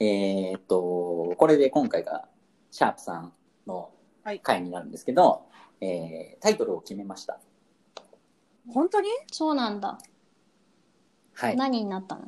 これで今回がシャープさんの回になるんですけど、タイトルを決めました。 本当に？ そうなんだ。 はい。 何になったの？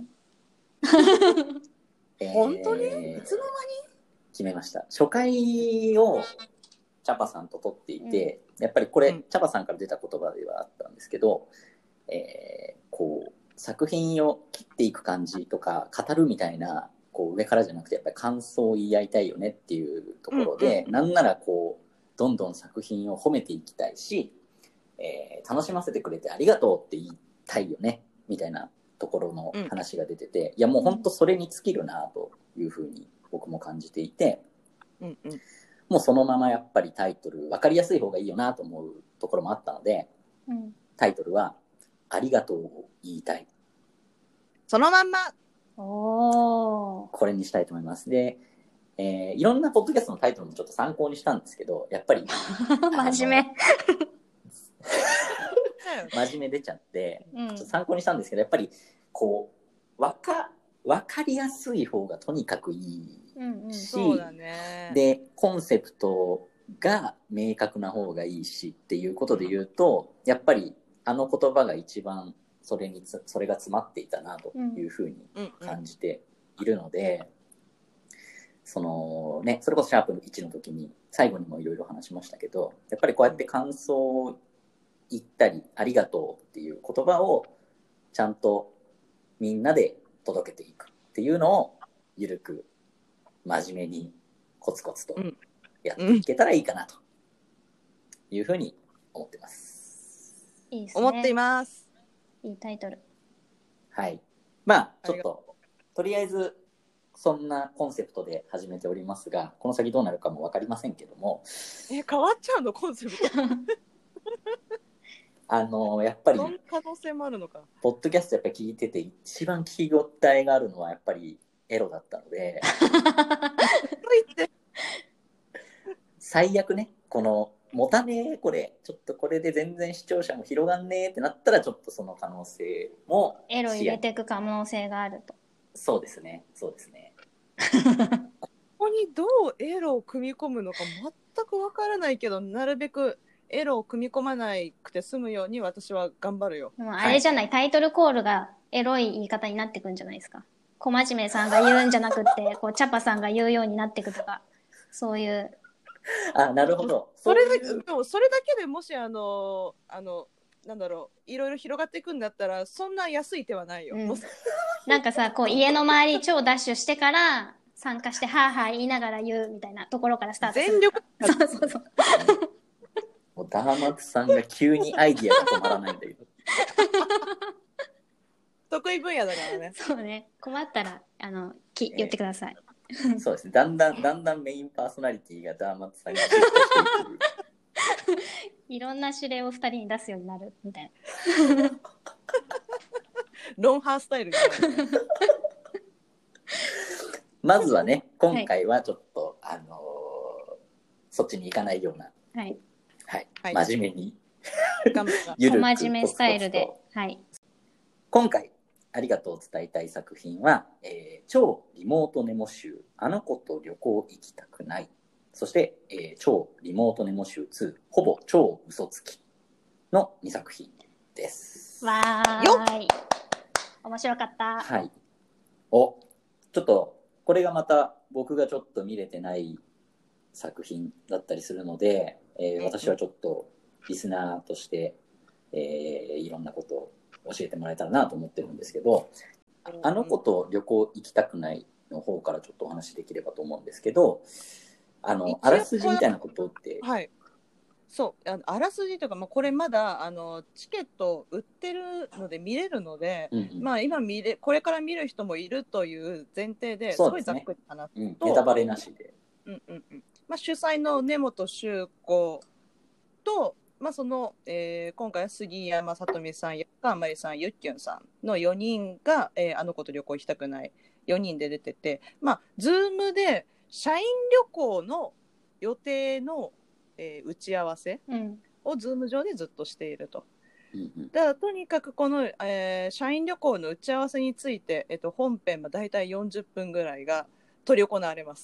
本当に？いつの間に？ 決めました。初回をチャパさんと撮っていて、やっぱりこれ、チャパさんから出た言葉ではあったんですけど、こう作品を切っていく感じとか語るみたいなこう上からじゃなくてやっぱり感想を言い合いたいよねっていうところで、なんならこうどんどん作品を褒めていきたいし、楽しませてくれてありがとうって言いたいよねみたいなところの話が出てて、いやもう本当それに尽きるなというふうに僕も感じていて、もうそのままやっぱりタイトル分かりやすい方がいいよなと思うところもあったので、タイトルはありがとうを言いたい、 そのまんまこれにしたいと思います。で、いろんなポッドキャストのタイトルもちょっと参考にしたんですけど、やっぱり真面目真面目出ちゃって、ちょっと参考にしたんですけど、やっぱりこう分かりやすい方がとにかくいいし、 そうだね、 でコンセプトが明確な方がいいしっていうことで言うと、やっぱりあの言葉が一番それが詰まっていたなというふうに感じているので、そのね、それこそシャープ1の時に最後にもいろいろ話しましたけど、やっぱりこうやって感想を言ったりありがとうっていう言葉をちゃんとみんなで届けていくっていうのをゆるく真面目にコツコツとやっていけたらいいかなというふうに思ってます。 いいですね。 思っています。 いいタイトル。 はい。まあちょっととりあえずそんなコンセプトで始めておりますが、この先どうなるかも分かりませんけども。 変わっちゃうのコンセプト？ やっぱりその可能性もあるのか。 ポッドキャストやっぱり聞いてて一番聞き応えがあるのはやっぱりエロだったので最悪ね、この持たねえこれちょっとこれで全然視聴者も広がんねえってなったら、ちょっとその可能性もエロ入れていく可能性があると。 そうですねここにどうエロを組み込むのか全くわからないけど、なるべくエロを組み込まなくて済むように私は頑張るよ。 でもあれじゃない、タイトルコールがエロい言い方になってくんじゃないですか。小真面目さんが言うんじゃなくってこうチャパさんが言うようになってくとか、そういう。 なるほど。 それだけでもしなんだろう、いろいろ広がっていくんだったらそんな安い手はないよ。 なんかさ、こう家の周り超ダッシュしてから参加してハーハー言いながら言うみたいなところからスタートする。 全力。 そうもうダーマクさんが急にアイディアが止まらないんだけど得意分野だからね。 そうね、困ったら言ってください。 そうですね、だんだんメインパーソナリティがダーマクさんがシフトしていくいろんな指令を2人に出すようになるみたいなロンハースタイルになる、ね、 まずはね、今回はちょっと、そっちに行かないような、 はい真面目にゆるく真面目スタイルで、 今回ありがとうを伝えたい作品は、超リモートネモ集あの子と旅行行きたくない、そして、超リモートネモ集2ほぼ超嘘つきの2作品です。 わーい、面白かった。 はい。ちょっとこれがまた僕がちょっと見れてない作品だったりするので、私はちょっとリスナーとして、いろんなことを教えてもらえたらなと思ってるんですけど、あの子と旅行行きたくないの方からちょっとお話できればと思うんですけど、あらすじみたいなことって、 はい、そうあらすじというか、これまだチケット売ってるので見れるので、今これから見る人もいるという前提ですごいざっくり話すと、 ネタバレなしで、 主催の根本周子と、その、今回は杉山さとみさん、やかあまりさん、ゆっきゅんさんの4人が、あの子と旅行行きたくない4人で出てて、ズームで社員旅行の予定の、打ち合わせをズーム上でずっとしていると。だからとにかくこの、社員旅行の打ち合わせについて、本編だいたい40分ぐらいが執り行われます。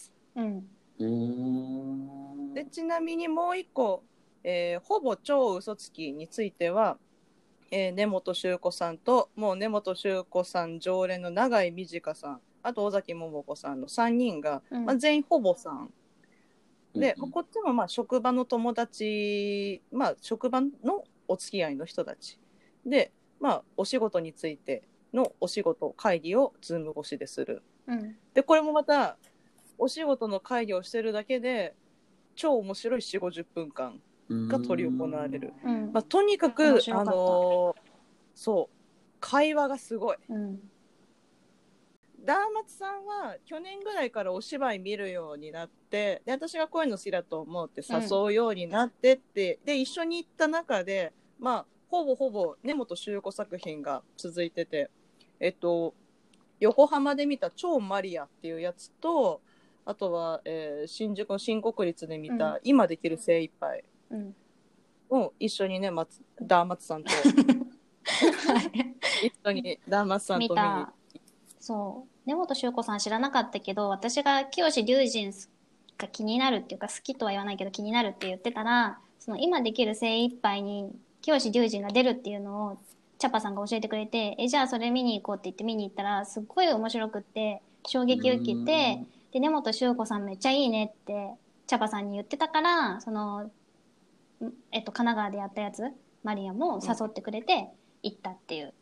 でちなみにもう一個、ほぼ超嘘つきについては、根本周子さんともう根本周子さん常連の永井美智香さん、あと尾崎桃子さんの3人が、全員ほぼさんで、こっちもまあ職場の友達、まあ、職場のお付き合いの人たちで、まあ、お仕事についてのお仕事会議をズーム越しでする、でこれもまたお仕事の会議をしてるだけで超面白い4、50分間が執り行われる、まあ、とにかくそう会話がすごい、ダーマツさんは去年ぐらいからお芝居見るようになって、で私がこういうの好きだと思うって誘うようになってって、で一緒に行った中で、まあ、ほぼ根本周子作品が続いてて、横浜で見た超マリアっていうやつと、あとは、新宿の新国立で見た、今できる精一杯を一緒にね、ダーマツさんと一緒にダーマツさんと見にそう根本周子さん知らなかったけど、私が清志隆人が気になるっていうか、好きとは言わないけど気になるって言ってたら、その今できる精一杯に清志隆人が出るっていうのをチャパさんが教えてくれて、じゃあそれ見に行こうって言って見に行ったら、すっごい面白くって衝撃受けて、で根本周子さんめっちゃいいねってチャパさんに言ってたから、その神奈川でやったやつマリアも誘ってくれて行ったっていう。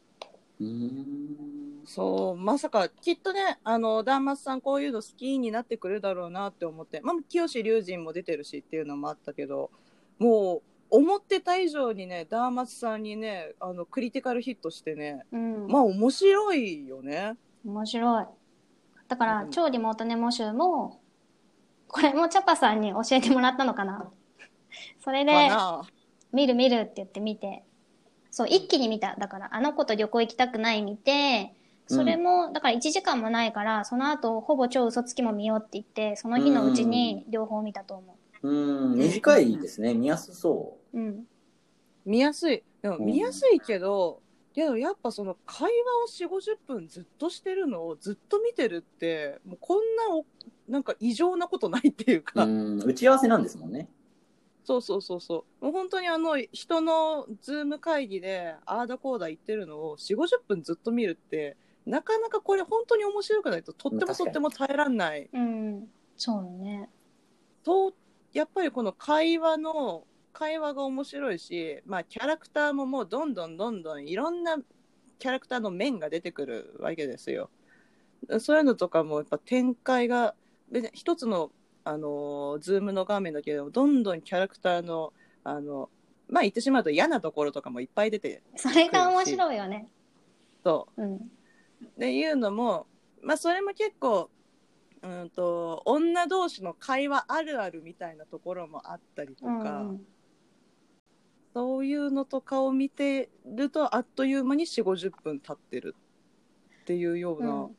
そうまさかきっとね、ダーマツさんこういうの好きになってくるだろうなって思って、まあ、清志隆人も出てるしっていうのもあったけど、もう思ってた以上にねダーマツさんにねクリティカルヒットしてね、まあ面白いよね。 面白い。だから超リモートネモ集もこれもチャパさんに教えてもらったのかなそれで見るって言って見て、そう一気に見た。だからあの子と旅行行きたくない見て、それもだから1時間もないから、その後ほぼ超嘘つきも見ようって言って、その日のうちに両方見たと思う。 短いですね。見やすそう。 見やすい。でも見やすいけど、やっぱその会話を4、50分ずっとしてるのをずっと見てるって、もうこんななんか異常なことないっていうか。 打ち合わせなんですもんね。 そうもう本当に人のズーム会議であーだこーだ言ってるのを4、50分ずっと見るって、なかなかこれ本当に面白くないととっても耐えらんない。 そうよね。 とやっぱりこの会話が面白いし、まあ、キャラクターももうどんどんいろんなキャラクターの面が出てくるわけですよ。そういうのとかもやっぱ展開が一つのズームの画面だけどどんどんキャラクターのまあ言ってしまうと嫌なところとかもいっぱい出てそれが面白いよね。 そう、っていうのも、まあそれも結構女同士の会話あるあるみたいなところもあったりとか、そういうのとかを見てるとあっという間に4、50分経ってるっていうような、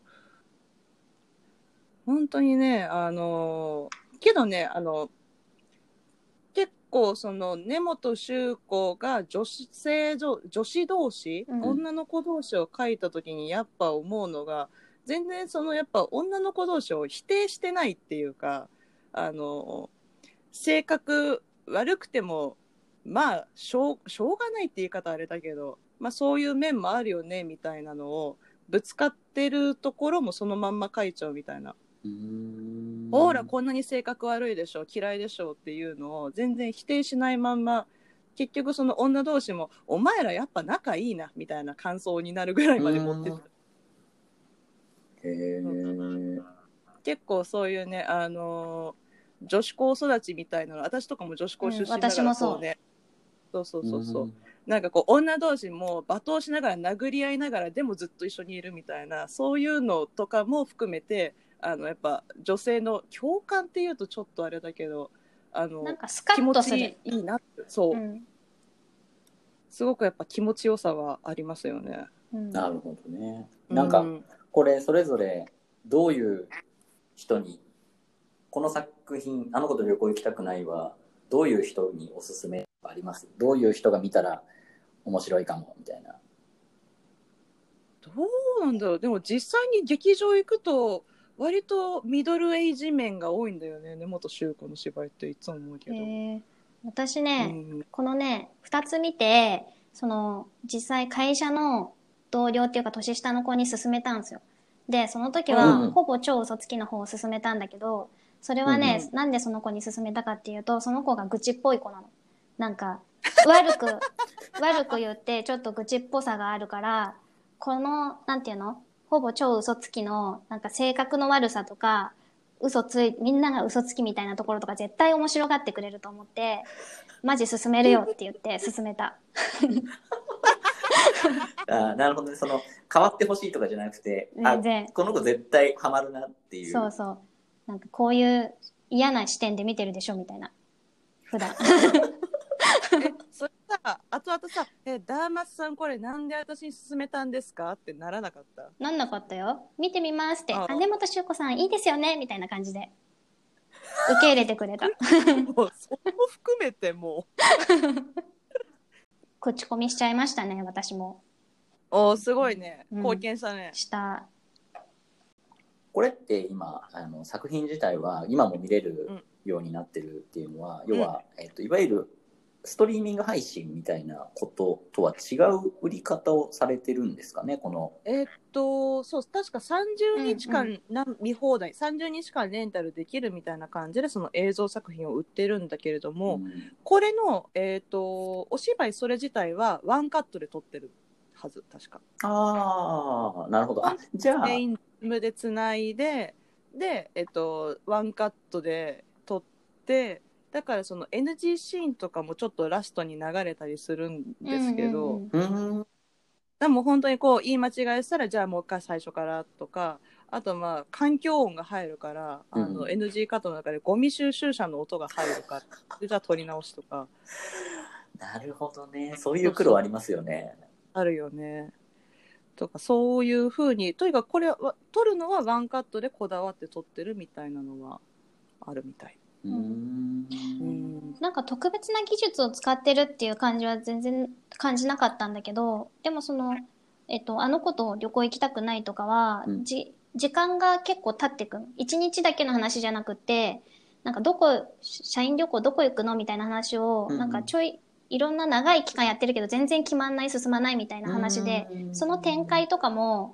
本当にねけどね結構その根本周子が女子同士、女の子同士を書いた時にやっぱ思うのが、全然そのやっぱ女の子同士を否定してないっていうか、性格悪くてもまあしょうがないって言い方あれだけど、まあそういう面もあるよねみたいなのをぶつかってるところもそのまんま書いちゃうみたいな。ほらこんなに性格悪いでしょ嫌いでしょっていうのを全然否定しないまんま、結局その女同士もお前らやっぱ仲いいなみたいな感想になるぐらいまで持ってった。結構そういうね女子高育ちみたいなの、私とかも女子高出身だからそうね、そうなんかこう女同士も罵倒しながら殴り合いながらでもずっと一緒にいるみたいな、そういうのとかも含めてやっぱ女性の共感っていうとちょっとあれだけどなんかスカッとする、 気持ちいいなって、そう、すごくやっぱ気持ちよさはありますよね。 なるほどね。なんかこれそれぞれどういう人にこの作品あの子と旅行行きたくないはどういう人におすすめあります？どういう人が見たら面白いかもみたいな。 どうなんだろう。でも実際に劇場行くと割とミドルエイジ面が多いんだよね、根本周子の芝居っていつも思うけど。 私ね、このね、2つ見て、実際会社の同僚っていうか年下の子に勧めたんですよ。で、その時は、ほぼ超嘘つきの方を勧めたんだけど、それはね、なんでその子に勧めたかっていうと、その子が愚痴っぽい子なの。なんか、悪く言って、ちょっと愚痴っぽさがあるから、この、なんていうのほぼ超嘘つきの、なんか性格の悪さとか、みんなが嘘つきみたいなところとか絶対面白がってくれると思って、マジ進めるよって言って進めた。 なるほどね。変わってほしいとかじゃなくて、この子絶対ハマるなっていう。 そうそう。なんかこういう嫌な視点で見てるでしょみたいな。普段。 それさ、後々さ、ダーマスさんこれなんで私に勧めたんですかってならなかった？ なんなかったよ。見てみますって。根本周子さんいいですよねみたいな感じで。受け入れてくれた。もうそれも含めてもう。 口コミしちゃいましたね、私も。 すごいね。貢献したね。 した。 これって今、作品自体は今も見れるようになってるっていうのは、要は、いわゆるストリーミング配信みたいなこととは違う売り方をされてるんですかね、この。 そう、確か30日間見放題、30日間レンタルできるみたいな感じでその映像作品を売ってるんだけれども、これの、お芝居それ自体はワンカットで撮ってるはず、確か。 なるほど。じゃあ。 メインでつないで、ワンカットで撮って、だからその NG シーンとかもちょっとラストに流れたりするんですけど、でも本当にこう言い間違いしたらじゃあもう一回最初からとか、あとまあ環境音が入るから、NG カットの中でゴミ収集車の音が入るからじゃあ撮り直しとか。 なるほどね。そういう苦労ありますよね。 あるよね。とかそういう風に、とにかくこれは撮るのはワンカットでこだわって撮ってるみたいなのはあるみたい。 なんか特別な技術を使ってるっていう感じは全然感じなかったんだけど、でもあの子と旅行行きたくないとかは、時間が結構経ってく。1日だけの話じゃなくて、なんか社員旅行どこ行くのみたいな話を、なんかいろんな長い期間やってるけど全然決まんない、進まないみたいな話で、その展開とかも、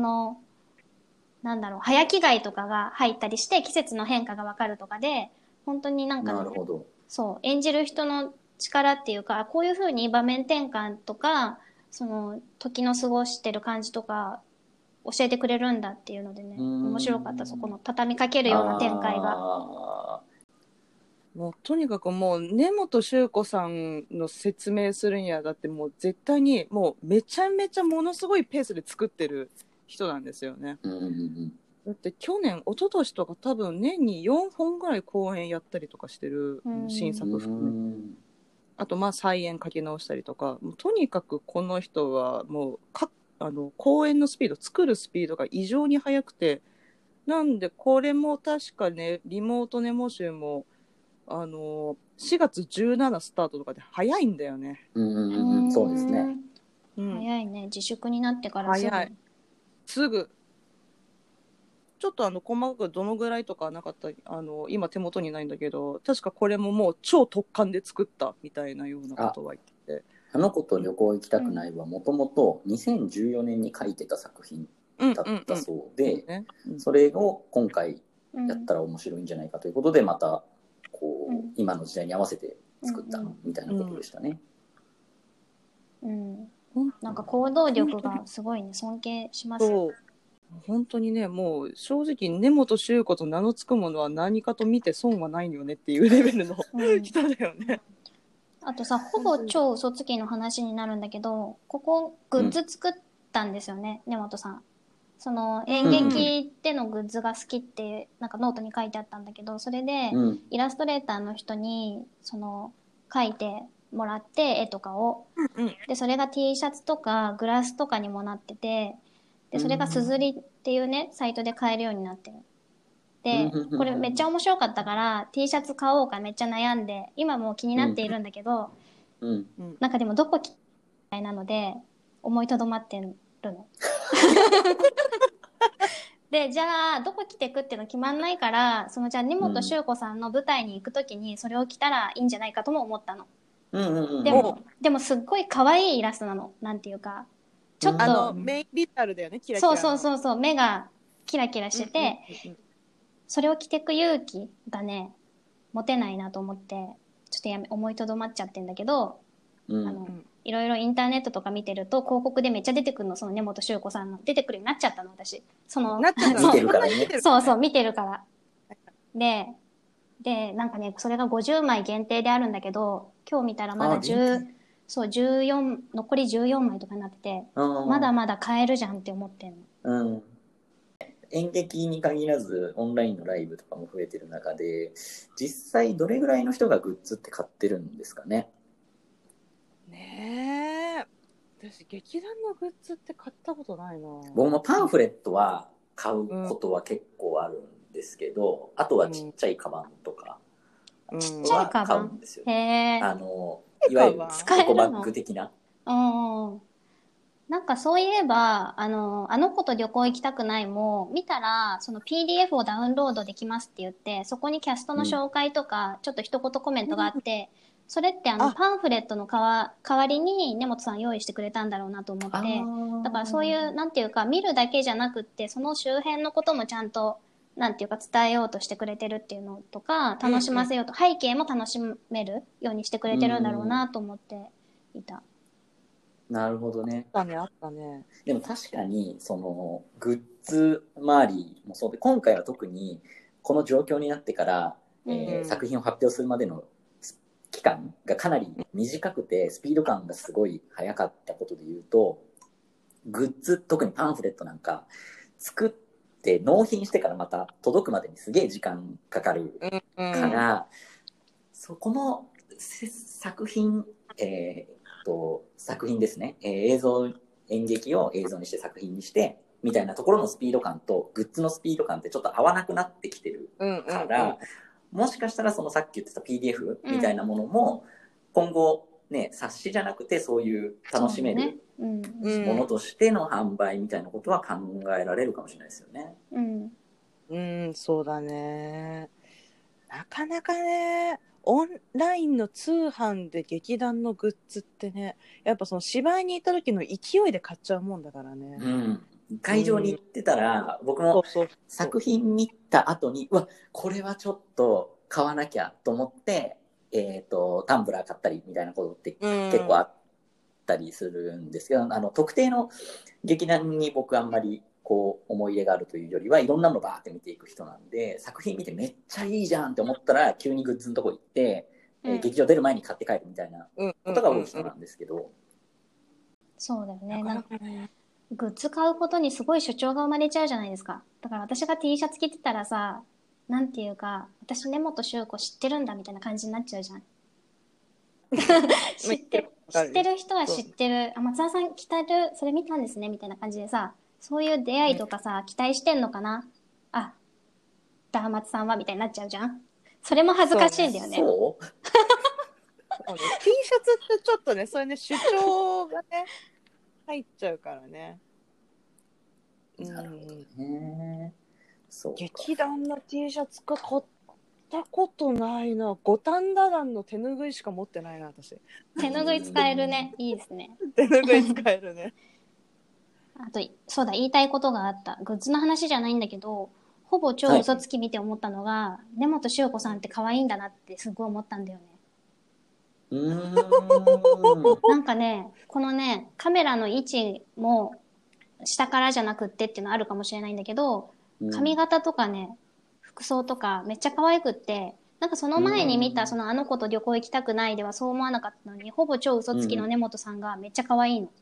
なんだろう、早着替えとかが入ったりして季節の変化がわかるとかで、本当になんか、そう、演じる人の力っていうか、こういう風に場面転換とか、時の過ごしてる感じとか、教えてくれるんだっていうのでね、面白かった、そこの畳みかけるような展開が。 もうとにかくもう根本周子さんの説明するにはだってもう絶対にもうめちゃめちゃものすごいペースで作ってる人なんですよね。だって去年一昨年とか多分年に4本ぐらい公演やったりとかしてる、新作含め、あとまあ再演書き直したりとか、もうとにかくこの人はもう公演のスピード、作るスピードが異常に速くて、なんでこれも確かね、リモートネモ集も4月17スタートとかで早いんだよね。 そうですね。 早いね。自粛になってからすぐ。ちょっと細かくどのぐらいとかなかった今手元にないんだけど、確かこれももう超特感で作ったみたいなようなことは言ってて、 あの子と旅行行きたくないはもともと2014年に書いてた作品だったそうで、それを今回やったら面白いんじゃないかということで、またこう今の時代に合わせて作ったみたいなことでしたね。 なんか行動力がすごいね、尊敬します。 本当にね、もう正直根本周子と名の付くものは何かと見て損はないよねっていうレベルの人だよね。 あとさ、ほぼ超嘘つきの話になるんだけど、ここグッズ作ったんですよね、根本さん。演劇でのグッズが好きってなんかノートに書いてあったんだけど、それでイラストレーターの人に書いてもらって絵とかを、でそれが T シャツとかグラスとかにもなってて、でそれがすずりっていうねサイトで買えるようになってる。でこれめっちゃ面白かったから T シャツ買おうかめっちゃ悩んで、今も気になっているんだけど、なんかでもどこ着たいなので思いとどまってるの。 で、じゃあ、どこ着てくっていうの決まんないから、じゃあ、根本周子さんの舞台に行くときに、それを着たらいいんじゃないかとも思ったの。でも、すっごい可愛いイラストなの。なんていうか、ちょっと。 メインビジュアルだよね、キラキラの。 そう、目がキラキラしてて、それを着てく勇気がね、持てないなと思って、ちょっと思いとどまっちゃってんだけど、いろいろインターネットとか見てると広告でめっちゃ出てくるの、その根本周子さんの出てくるようになっちゃったの、私。 見てるからね。 そう、見てるから。で、なんかね、それが50枚限定であるんだけど、今日見たらまだ14、残り14枚とかになってて、まだまだ買えるじゃんって思ってんの。 演劇に限らずオンラインのライブとかも増えてる中で、実際どれぐらいの人がグッズって買ってるんですかね。 ねえ、私劇団のグッズって買ったことないな。 僕もパンフレットは買うことは結構あるんですけど、あとはちっちゃいカバンとかは買うんですよ。いわゆるエコバッグ的な。 なんかそういえば、あの子と旅行行きたくないも、見たら、その PDF をダウンロードできますって言って、そこにキャストの紹介とか、ちょっと一言コメントがあって、それってパンフレットの代わりに根本さん用意してくれたんだろうなと思って、だからそういう、なんていうか、見るだけじゃなくって、その周辺のこともちゃんと、なんていうか伝えようとしてくれてるっていうのとか、楽しませようと、背景も楽しめるようにしてくれてるんだろうなと思っていた。 なるほどね。 あったね。 でも確かにそのグッズ周りもそうで、今回は特にこの状況になってから、作品を発表するまでの期間がかなり短くて、スピード感がすごい速かったことでいうと、グッズ、特にパンフレットなんか作って納品してからまた届くまでにすげえ時間かかるから、そこの作品、作品ですね、映像、演劇を映像にして作品にしてみたいなところのスピード感とグッズのスピード感ってちょっと合わなくなってきてるから、もしかしたらそのさっき言ってた PDF みたいなものも今後ね、冊子じゃなくてそういう楽しめるものとしての販売みたいなことは考えられるかもしれないですよね。 そうだね。なかなかね、オンラインの通販で劇団のグッズってね、やっぱその芝居に行った時の勢いで買っちゃうもんだからね。 会場に行ってたら、僕も作品見た後に、うわ、これはちょっと買わなきゃと思って、タンブラー買ったりみたいなことって結構あったりするんですけど、特定の劇団に僕あんまりこう思い入れがあるというよりはいろんなのバーって見ていく人なんで、作品見てめっちゃいいじゃんって思ったら急にグッズのとこ行って、劇場出る前に買って帰るみたいなことが多い人なんですけど、 そうだよね。なんかグッズ買うことにすごい主張が生まれちゃうじゃないですか。だから私が T シャツ着てたらさ、なんていうか、私根本周子知ってるんだみたいな感じになっちゃうじゃん。知ってる人は知ってる。松田さん着てる、それ見たんですねみたいな感じでさ、そういう出会いとかさ、期待してんのかな。ダーマツさんはみたいになっちゃうじゃん。それも恥ずかしいんだよね。 そうT シャツってちょっとね、そういうね、主張がね、入っちゃうからね。 なるほどね。そうか。 劇団の T シャツか買ったことないな。五反田団の手拭いしか持ってないな、私。 手拭い使えるね。いいですね。 手拭い使えるね。 あと、そうだ、言いたいことがあった。グッズの話じゃないんだけど、ほぼ超嘘つき見て思ったのが、根本周子さんって可愛いんだなってすごい思ったんだよね。なんかね、このね、カメラの位置も下からじゃなくってっていうのあるかもしれないんだけど、髪型とかね、服装とかめっちゃ可愛くって、なんかその前に見たあの子と旅行行きたくないではそう思わなかったのに、ほぼ超嘘つきの根本さんがめっちゃ可愛いの。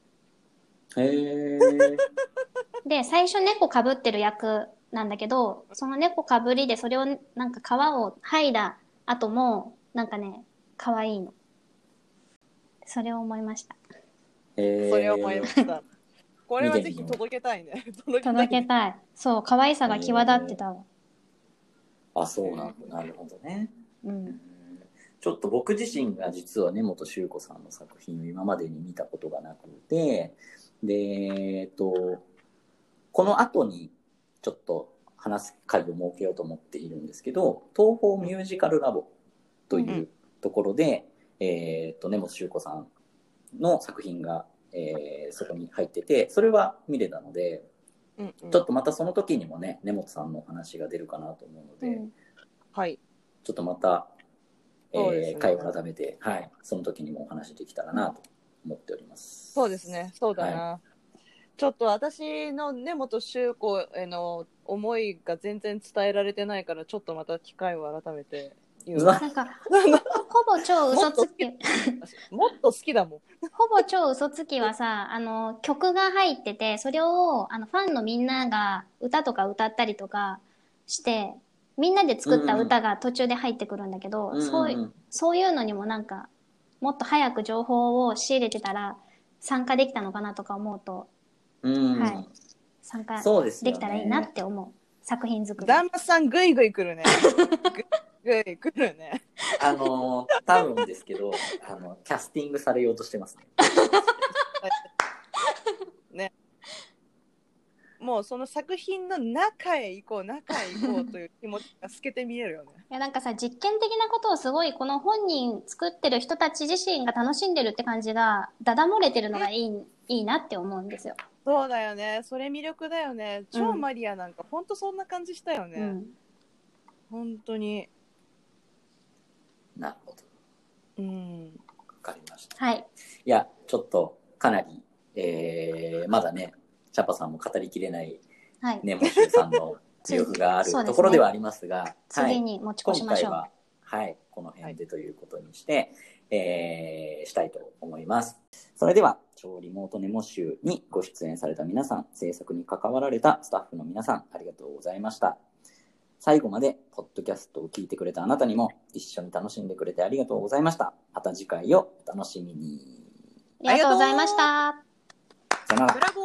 で、最初猫被ってる役なんだけど、その猫被りでそれをなんか皮を剥いだ後も、なんかね、可愛いの。それを思いました。 それを思いました。これはぜひ届けたいね。 届けたい。そう、可愛さが際立ってたわ。 そうなんだ。なるほどね。ちょっと僕自身が実は根本周子さんの作品を今までに見たことがなくて、で、この後にちょっと話す会を設けようと思っているんですけど、東宝ミュージカルラボというところで、根本周子さんの作品が、そこに入ってて、それは見れたので、ちょっとまたその時にもね、根本さんのお話が出るかなと思うので、 はい。 ちょっとまた、 ね、 会を改めて、はい、その時にもお話できたらなと思っております。 そうですね、そうだな。 はい、 ちょっと私の根本周子への思いが全然伝えられてないから、ちょっとまた機会を改めて言う。 なんかほぼ超嘘つきもっと好きだもん。 ほぼ超嘘つきはさ、曲が入ってて、それをファンのみんなが歌とか歌ったりとかしてみんなで作った歌が途中で入ってくるんだけど、そういうのにもなんかもっと早く情報を仕入れてたら参加できたのかなとか思うと、はい、参加できたらいいなって思う、作品作り。 旦那さんグイグイ来るね。グイグイ来るね。 多分ですけど、キャスティングされようとしてますね。 ね。もうその作品の中へ行こうという気持ちが透けて見えるよね。 いやなんかさ、実験的なことをすごいこの本人作ってる人たち自身が楽しんでるって感じがだだ漏れてるのがいいなって思うんですよ。 そうだよね、それ魅力だよね。超マリアなんかほんとそんな感じしたよね、本当に。 なるほど。わかりました。 はい。 いや、ちょっとかなり、まだね、チャパさんも語りきれない根本周さんの魅力があるところではありますが、 次に持ち越しましょう。 今回は、はい、この辺でということにして、したいと思います。それでは、超リモートネモ集にご出演された皆さん、制作に関わられたスタッフの皆さん、ありがとうございました。最後までポッドキャストを聞いてくれたあなたにも一緒に楽しんでくれてありがとうございました。また次回をお楽しみに。 ありがとうございました。 さよなら。 ブラボー。